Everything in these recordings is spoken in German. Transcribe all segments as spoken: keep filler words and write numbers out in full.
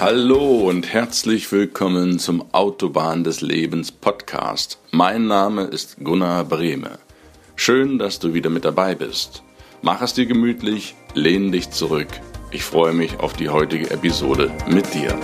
Hallo und herzlich willkommen zum Autobahn des Lebens Podcast. Mein Name ist Gunnar Brehme. Schön, dass du wieder mit dabei bist. Mach es dir gemütlich, lehn dich zurück. Ich freue mich auf die heutige Episode mit dir.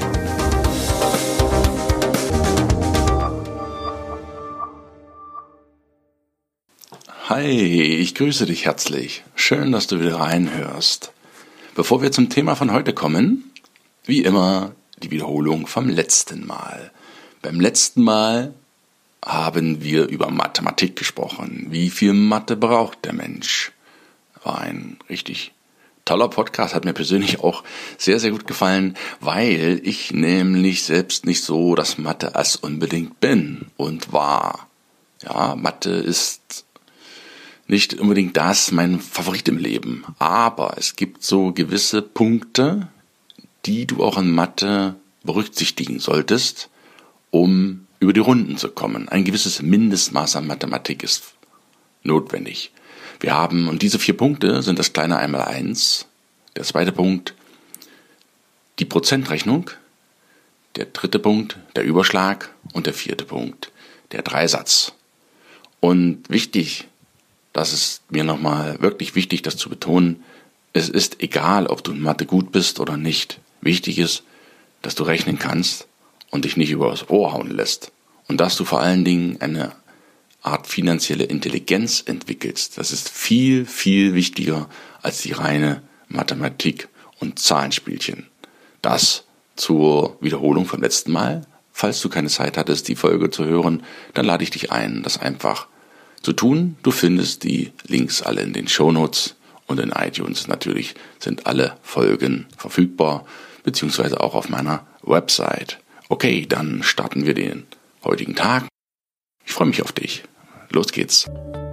Hi, ich grüße dich herzlich. Schön, dass du wieder reinhörst. Bevor wir zum Thema von heute kommen, wie immer die Wiederholung vom letzten Mal. Beim letzten Mal haben wir über Mathematik gesprochen. Wie viel Mathe braucht der Mensch? War ein richtig toller Podcast, hat mir persönlich auch sehr, sehr gut gefallen, weil ich nämlich selbst nicht so das Mathe-Ass unbedingt bin und war. Ja, Mathe ist nicht unbedingt das mein Favorit im Leben, aber es gibt so gewisse Punkte, die du auch in Mathe berücksichtigen solltest, um über die Runden zu kommen. Ein gewisses Mindestmaß an Mathematik ist notwendig. Wir haben, und diese vier Punkte sind das kleine Einmaleins, der zweite Punkt, die Prozentrechnung, der dritte Punkt, der Überschlag und der vierte Punkt, der Dreisatz. Und wichtig, das ist mir nochmal wirklich wichtig, das zu betonen, es ist egal, ob du in Mathe gut bist oder nicht. Wichtig ist, dass du rechnen kannst und dich nicht übers Ohr hauen lässt. Und dass du vor allen Dingen eine Art finanzielle Intelligenz entwickelst. Das ist viel, viel wichtiger als die reine Mathematik und Zahlenspielchen. Das zur Wiederholung vom letzten Mal. Falls du keine Zeit hattest, die Folge zu hören, dann lade ich dich ein, das einfach zu tun. Du findest die Links alle in den Shownotes und in iTunes natürlich sind alle Folgen verfügbar, beziehungsweise auch auf meiner Website. Okay, dann starten wir den heutigen Tag. Ich freue mich auf dich. Los geht's.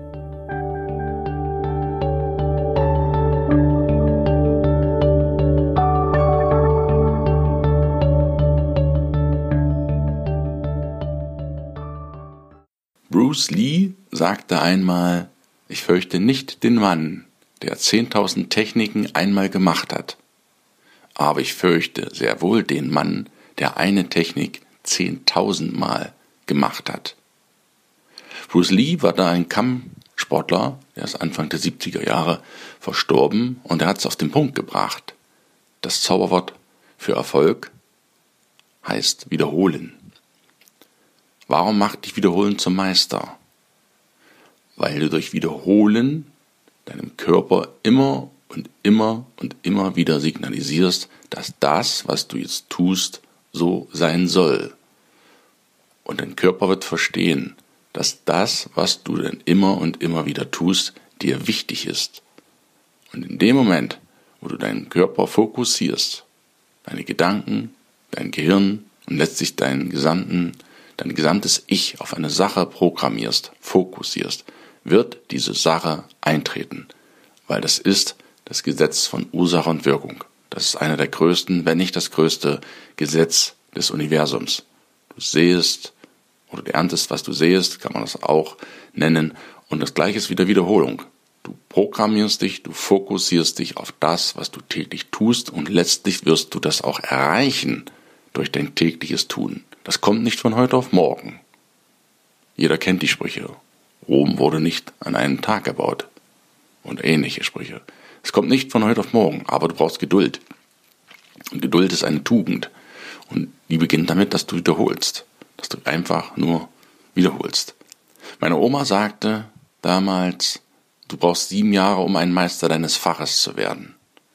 Bruce Lee sagte einmal, ich fürchte nicht den Mann, der zehntausend Techniken einmal gemacht hat. Aber ich fürchte sehr wohl den Mann, der eine Technik zehntausendmal gemacht hat. Bruce Lee war da ein Kampfsportler, der ist Anfang der siebziger Jahre verstorben und er hat es auf den Punkt gebracht. Das Zauberwort für Erfolg heißt wiederholen. Warum macht dich Wiederholen zum Meister? Weil du durch Wiederholen deinem Körper immer und immer und immer wieder signalisierst, dass das, was du jetzt tust, so sein soll. Und dein Körper wird verstehen, dass das, was du dann immer und immer wieder tust, dir wichtig ist. Und in dem Moment, wo du deinen Körper fokussierst, deine Gedanken, dein Gehirn und letztlich deinen gesamten, dein gesamtes Ich auf eine Sache programmierst, fokussierst, wird diese Sache eintreten. Weil das ist das Gesetz von Ursache und Wirkung. Das ist einer der größten, wenn nicht das größte Gesetz des Universums. Du sähest oder du erntest, was du sähest, kann man das auch nennen. Und das Gleiche ist wieder Wiederholung. Du programmierst dich, du fokussierst dich auf das, was du täglich tust und letztlich wirst du das auch erreichen durch dein tägliches Tun. Das kommt nicht von heute auf morgen. Jeder kennt die Sprüche. Rom wurde nicht an einem Tag gebaut. Und ähnliche Sprüche. Es kommt nicht von heute auf morgen, aber du brauchst Geduld. Und Geduld ist eine Tugend. Und die beginnt damit, dass du wiederholst. Dass du einfach nur wiederholst. Meine Oma sagte damals, du brauchst sieben Jahre, um ein Meister deines Faches zu werden.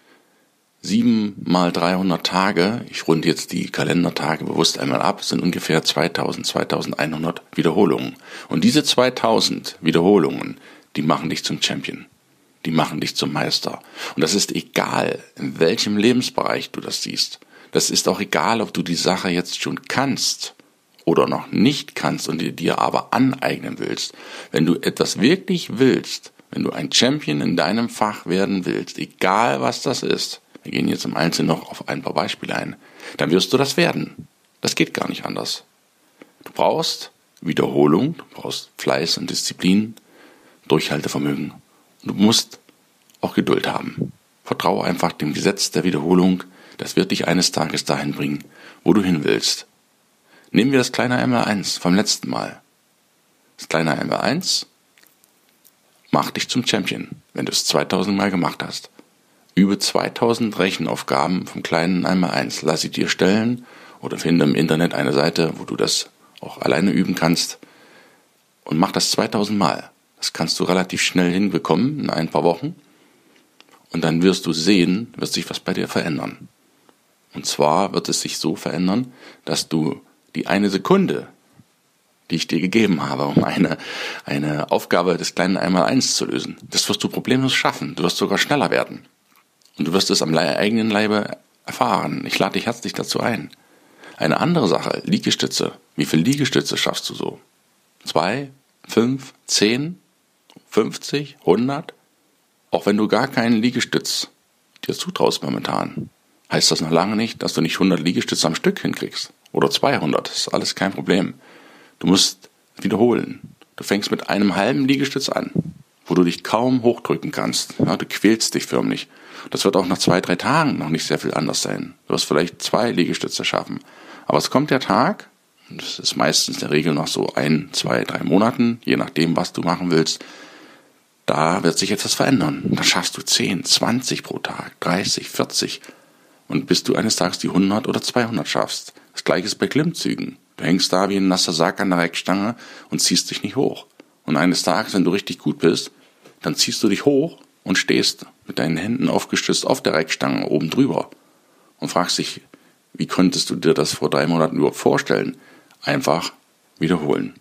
Sieben mal dreihundert Tage, ich runde jetzt die Kalendertage bewusst einmal ab, sind ungefähr zweitausend, zweitausendeinhundert Wiederholungen. Und diese zweitausend Wiederholungen, die machen dich zum Champion. Die machen dich zum Meister. Und das ist egal, in welchem Lebensbereich du das siehst. Das ist auch egal, ob du die Sache jetzt schon kannst oder noch nicht kannst und dir, dir aber aneignen willst. Wenn du etwas wirklich willst, wenn du ein Champion in deinem Fach werden willst, egal was das ist, wir gehen jetzt im Einzelnen noch auf ein paar Beispiele ein, dann wirst du das werden. Das geht gar nicht anders. Du brauchst Wiederholung, du brauchst Fleiß und Disziplin, Durchhaltevermögen. Und du musst auch Geduld haben. Vertraue einfach dem Gesetz der Wiederholung. Das wird dich eines Tages dahin bringen, wo du hin willst. Nehmen wir das kleine einmal eins vom letzten Mal. Das kleine einmal eins macht dich zum Champion, wenn du es zweitausend Mal gemacht hast. Übe zweitausend Rechenaufgaben vom kleinen einmal eins. Lass sie dir stellen oder finde im Internet eine Seite, wo du das auch alleine üben kannst. Und mach das zweitausend Mal. Das kannst du relativ schnell hinbekommen, in ein paar Wochen. Und dann wirst du sehen, wird sich was bei dir verändern. Und zwar wird es sich so verändern, dass du die eine Sekunde, die ich dir gegeben habe, um eine, eine Aufgabe des kleinen einmal eins zu lösen, das wirst du problemlos schaffen. Du wirst sogar schneller werden. Und du wirst es am eigenen Leibe erfahren. Ich lade dich herzlich dazu ein. Eine andere Sache, Liegestütze. Wie viele Liegestütze schaffst du so? Zwei, fünf, zehn, fünfzig, hundert? Auch wenn du gar keinen Liegestütz dir zutraust momentan, heißt das noch lange nicht, dass du nicht hundert Liegestütze am Stück hinkriegst. Oder zweihundert, das ist alles kein Problem. Du musst wiederholen. Du fängst mit einem halben Liegestütz an, wo du dich kaum hochdrücken kannst. Ja, du quälst dich förmlich. Das wird auch nach zwei, drei Tagen noch nicht sehr viel anders sein. Du wirst vielleicht zwei Liegestütze schaffen. Aber es kommt der Tag, das ist meistens in der Regel noch so ein, zwei, drei Monaten, je nachdem, was du machen willst, da wird sich etwas verändern. Da schaffst du zehn, zwanzig pro Tag, dreißig, vierzig. Und bis du eines Tages die hundert oder zweihundert schaffst. Das gleiche ist bei Klimmzügen. Du hängst da wie ein nasser Sack an der Reckstange und ziehst dich nicht hoch. Und eines Tages, wenn du richtig gut bist, dann ziehst du dich hoch und stehst mit deinen Händen aufgestützt auf der Reckstange oben drüber und fragst dich, wie konntest du dir das vor drei Monaten überhaupt vorstellen? Einfach wiederholen.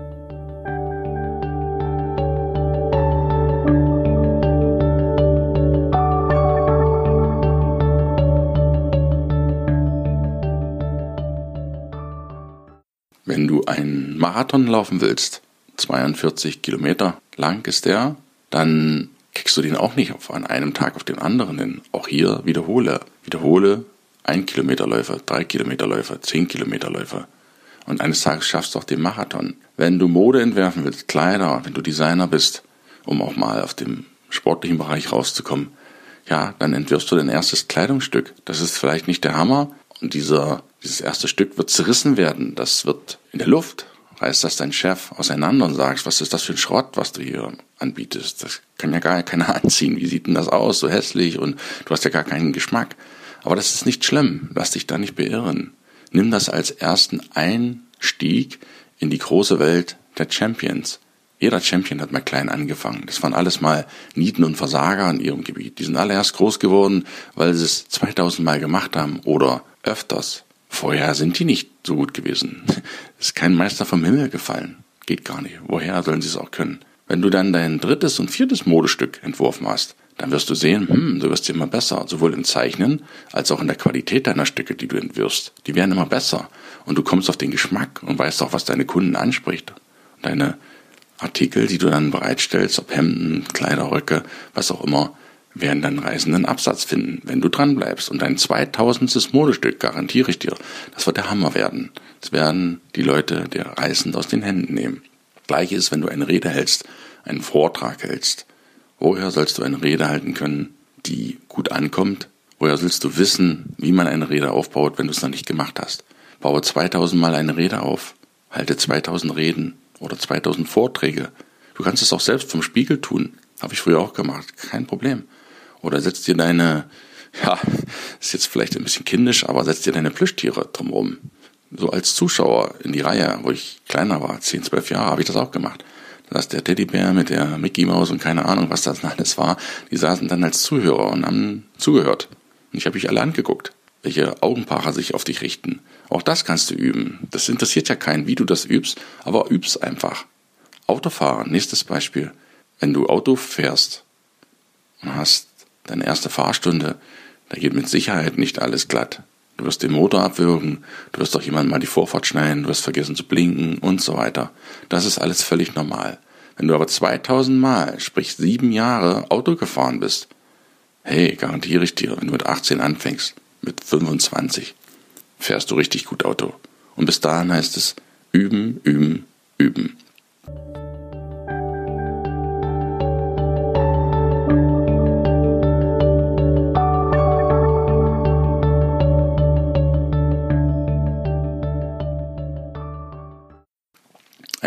Wenn du einen Marathon laufen willst, zweiundvierzig Kilometer lang ist der, dann kriegst du den auch nicht auf an einem Tag auf den anderen hin. Auch hier wiederhole. Wiederhole ein Kilometerläufer, drei Kilometerläufer, zehn Kilometerläufer. Und eines Tages schaffst du auch den Marathon. Wenn du Mode entwerfen willst, Kleider, wenn du Designer bist, um auch mal auf dem sportlichen Bereich rauszukommen, ja, dann entwirfst du dein erstes Kleidungsstück. Das ist vielleicht nicht der Hammer. Und dieser, dieses erste Stück wird zerrissen werden. Das wird in der Luft. Reißt das dein Chef auseinander und sagst, was ist das für ein Schrott, was du hier anbietest? Das kann ja gar keiner anziehen. Wie sieht denn das aus? So hässlich und du hast ja gar keinen Geschmack. Aber das ist nicht schlimm. Lass dich da nicht beirren. Nimm das als ersten Einstieg in die große Welt der Champions. Jeder Champion hat mal klein angefangen. Das waren alles mal Nieten und Versager in ihrem Gebiet. Die sind alle erst groß geworden, weil sie es zweitausend Mal gemacht haben oder öfters. Vorher sind die nicht so gut gewesen. Es ist kein Meister vom Himmel gefallen. Geht gar nicht. Woher sollen sie es auch können? Wenn du dann dein drittes und viertes Modestück entworfen hast, dann wirst du sehen, hm, du wirst immer besser, sowohl im Zeichnen als auch in der Qualität deiner Stücke, die du entwirfst. Die werden immer besser. Und du kommst auf den Geschmack und weißt auch, was deine Kunden anspricht. Deine Artikel, die du dann bereitstellst, ob Hemden, Kleider, Röcke, was auch immer, werden dann Reisenden Absatz finden, wenn du dran bleibst. Und dein zweitausendstes Modestück, garantiere ich dir, das wird der Hammer werden. Das werden die Leute der Reisenden aus den Händen nehmen. Gleiches ist, wenn du eine Rede hältst, einen Vortrag hältst. Woher sollst du eine Rede halten können, die gut ankommt? Woher sollst du wissen, wie man eine Rede aufbaut, wenn du es noch nicht gemacht hast? Baue zweitausend Mal eine Rede auf, halte zweitausend Reden oder zweitausend Vorträge. Du kannst es auch selbst vom Spiegel tun. Habe ich früher auch gemacht, kein Problem. Oder setz dir deine, ja, ist jetzt vielleicht ein bisschen kindisch, aber setz dir deine Plüschtiere drumherum. So als Zuschauer in die Reihe, wo ich kleiner war, zehn, zwölf Jahre, habe ich das auch gemacht. Da ist der Teddybär mit der Mickey Maus und keine Ahnung, was das alles war. Die saßen dann als Zuhörer und haben zugehört. Und ich habe mich alle angeguckt, welche Augenpaare sich auf dich richten. Auch das kannst du üben. Das interessiert ja keinen, wie du das übst, aber üb's einfach. Autofahren, nächstes Beispiel. Wenn du Auto fährst und hast deine erste Fahrstunde, da geht mit Sicherheit nicht alles glatt. Du wirst den Motor abwürgen, du wirst auch jemandem mal die Vorfahrt schneiden, du wirst vergessen zu blinken und so weiter. Das ist alles völlig normal. Wenn du aber zweitausend Mal, sprich sieben Jahre Auto gefahren bist, hey, garantiere ich dir, wenn du mit achtzehn anfängst, mit fünfundzwanzig, fährst du richtig gut Auto. Und bis dahin heißt es üben, üben, üben.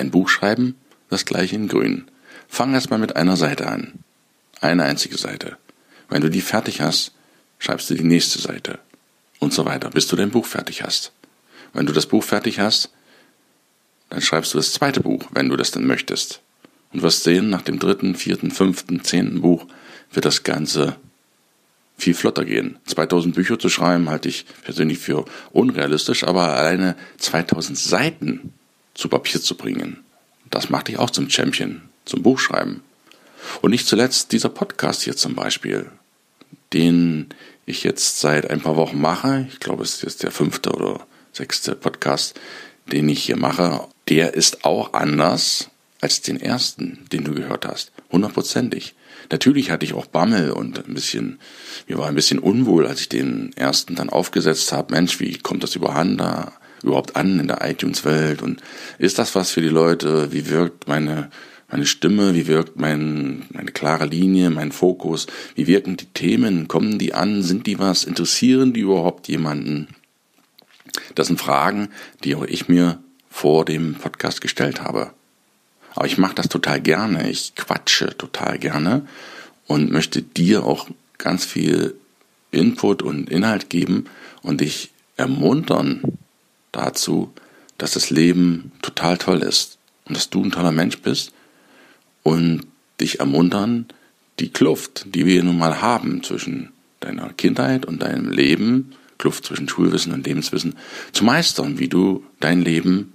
ein Buch schreiben, das gleiche in grün. Fang erst mal mit einer Seite an. Eine einzige Seite. Wenn du die fertig hast, schreibst du die nächste Seite. Und so weiter, bis du dein Buch fertig hast. Wenn du das Buch fertig hast, dann schreibst du das zweite Buch, wenn du das denn möchtest. Und wirst sehen, nach dem dritten, vierten, fünften, zehnten Buch wird das Ganze viel flotter gehen. zweitausend Bücher zu schreiben, halte ich persönlich für unrealistisch, aber alleine zweitausend Seiten zu Papier zu bringen, das macht dich auch zum Champion, zum Buchschreiben. Und nicht zuletzt dieser Podcast hier zum Beispiel, den ich jetzt seit ein paar Wochen mache. Ich glaube, es ist jetzt der fünfte oder sechste Podcast, den ich hier mache. Der ist auch anders als den ersten, den du gehört hast. Hundertprozentig. Natürlich hatte ich auch Bammel und ein bisschen, mir war ein bisschen unwohl, als ich den ersten dann aufgesetzt habe. Mensch, wie kommt das überhand da überhaupt an in der iTunes-Welt? Und ist das was für die Leute? Wie wirkt meine, meine Stimme? Wie wirkt mein, meine klare Linie, mein Fokus? Wie wirken die Themen? Kommen die an? Sind die was? Interessieren die überhaupt jemanden? Das sind Fragen, die auch ich mir vor dem Podcast gestellt habe. Aber ich mache das total gerne, ich quatsche total gerne und möchte dir auch ganz viel Input und Inhalt geben und dich ermuntern dazu, dass das Leben total toll ist und dass du ein toller Mensch bist und dich ermuntern, die Kluft, die wir nun mal haben zwischen deiner Kindheit und deinem Leben, Kluft zwischen Schulwissen und Lebenswissen, zu meistern, wie du dein Leben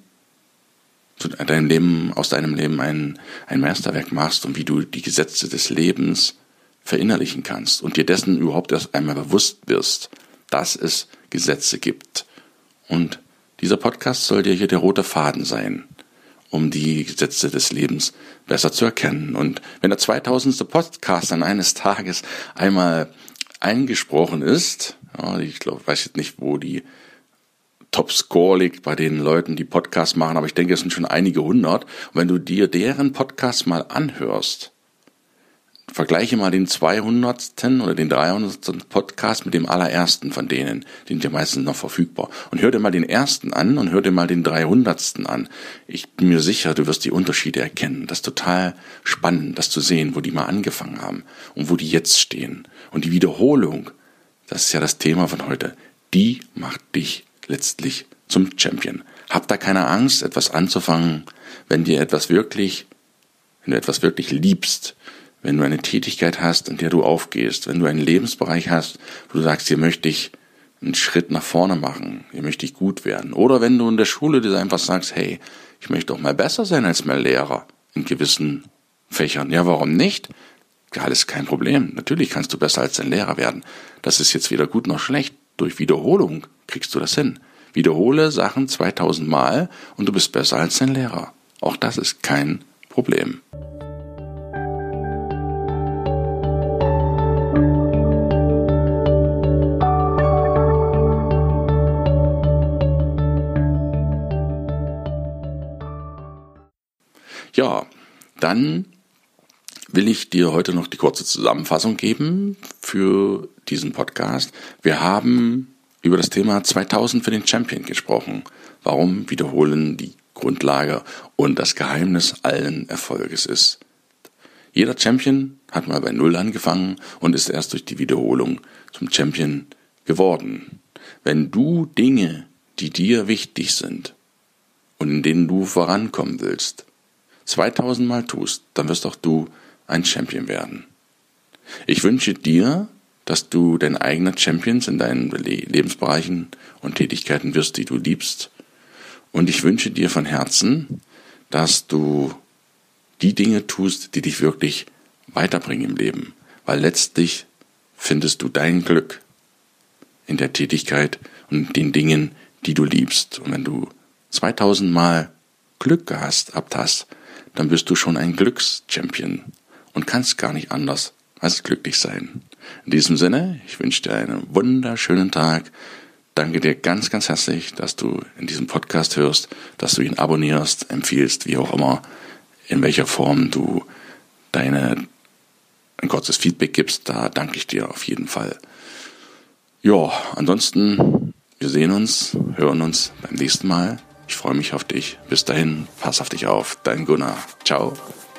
dein Leben, aus deinem Leben ein, ein Meisterwerk machst und wie du die Gesetze des Lebens verinnerlichen kannst und dir dessen überhaupt erst einmal bewusst wirst, dass es Gesetze gibt. Und dieser Podcast soll dir hier der rote Faden sein, um die Gesetze des Lebens besser zu erkennen. Und wenn der zweitausendste Podcast dann eines Tages einmal eingesprochen ist, ja, ich glaube, weiß jetzt nicht, wo die Top-Score liegt bei den Leuten, die Podcasts machen, aber ich denke, es sind schon einige hundert. Und wenn du dir deren Podcast mal anhörst, vergleiche mal den zweihundertsten oder den dreihundertsten Podcast mit dem allerersten von denen, die sind ja meistens noch verfügbar. Und hör dir mal den ersten an und hör dir mal den dreihundertsten an. Ich bin mir sicher, du wirst die Unterschiede erkennen. Das ist total spannend, das zu sehen, wo die mal angefangen haben und wo die jetzt stehen. Und die Wiederholung, das ist ja das Thema von heute, die macht dich letztlich zum Champion. Hab da keine Angst, etwas anzufangen, wenn dir etwas wirklich, wenn du etwas wirklich liebst, wenn du eine Tätigkeit hast, in der du aufgehst, wenn du einen Lebensbereich hast, wo du sagst, hier möchte ich einen Schritt nach vorne machen, hier möchte ich gut werden. Oder wenn du in der Schule dir einfach sagst, hey, ich möchte doch mal besser sein als mein Lehrer in gewissen Fächern. Ja, warum nicht? Alles kein Problem. Natürlich kannst du besser als dein Lehrer werden. Das ist jetzt weder gut noch schlecht. Durch Wiederholung kriegst du das hin. Wiederhole Sachen zweitausend Mal und du bist besser als dein Lehrer. Auch das ist kein Problem. Ja, dann will ich dir heute noch die kurze Zusammenfassung geben für diesen Podcast. Wir haben über das Thema zweitausend für den Champion gesprochen. Warum Wiederholen die Grundlage und das Geheimnis allen Erfolges ist. Jeder Champion hat mal bei Null angefangen und ist erst durch die Wiederholung zum Champion geworden. Wenn du Dinge, die dir wichtig sind und in denen du vorankommen willst, zweitausend Mal tust, dann wirst auch du ein Champion werden. Ich wünsche dir, dass du dein eigener Champion in deinen Lebensbereichen und Tätigkeiten wirst, die du liebst. Und ich wünsche dir von Herzen, dass du die Dinge tust, die dich wirklich weiterbringen im Leben. Weil letztlich findest du dein Glück in der Tätigkeit und den Dingen, die du liebst. Und wenn du zweitausend Mal Glück gehabt hast, dann bist du schon ein Glückschampion und kannst gar nicht anders als glücklich sein. In diesem Sinne, ich wünsche dir einen wunderschönen Tag. Danke dir ganz, ganz herzlich, dass du in diesem Podcast hörst, dass du ihn abonnierst, empfiehlst, wie auch immer, in welcher Form du deine, ein kurzes Feedback gibst. Da danke ich dir auf jeden Fall. Ja, ansonsten, wir sehen uns, hören uns beim nächsten Mal. Ich freue mich auf dich. Bis dahin, pass auf dich auf. Dein Gunnar. Ciao.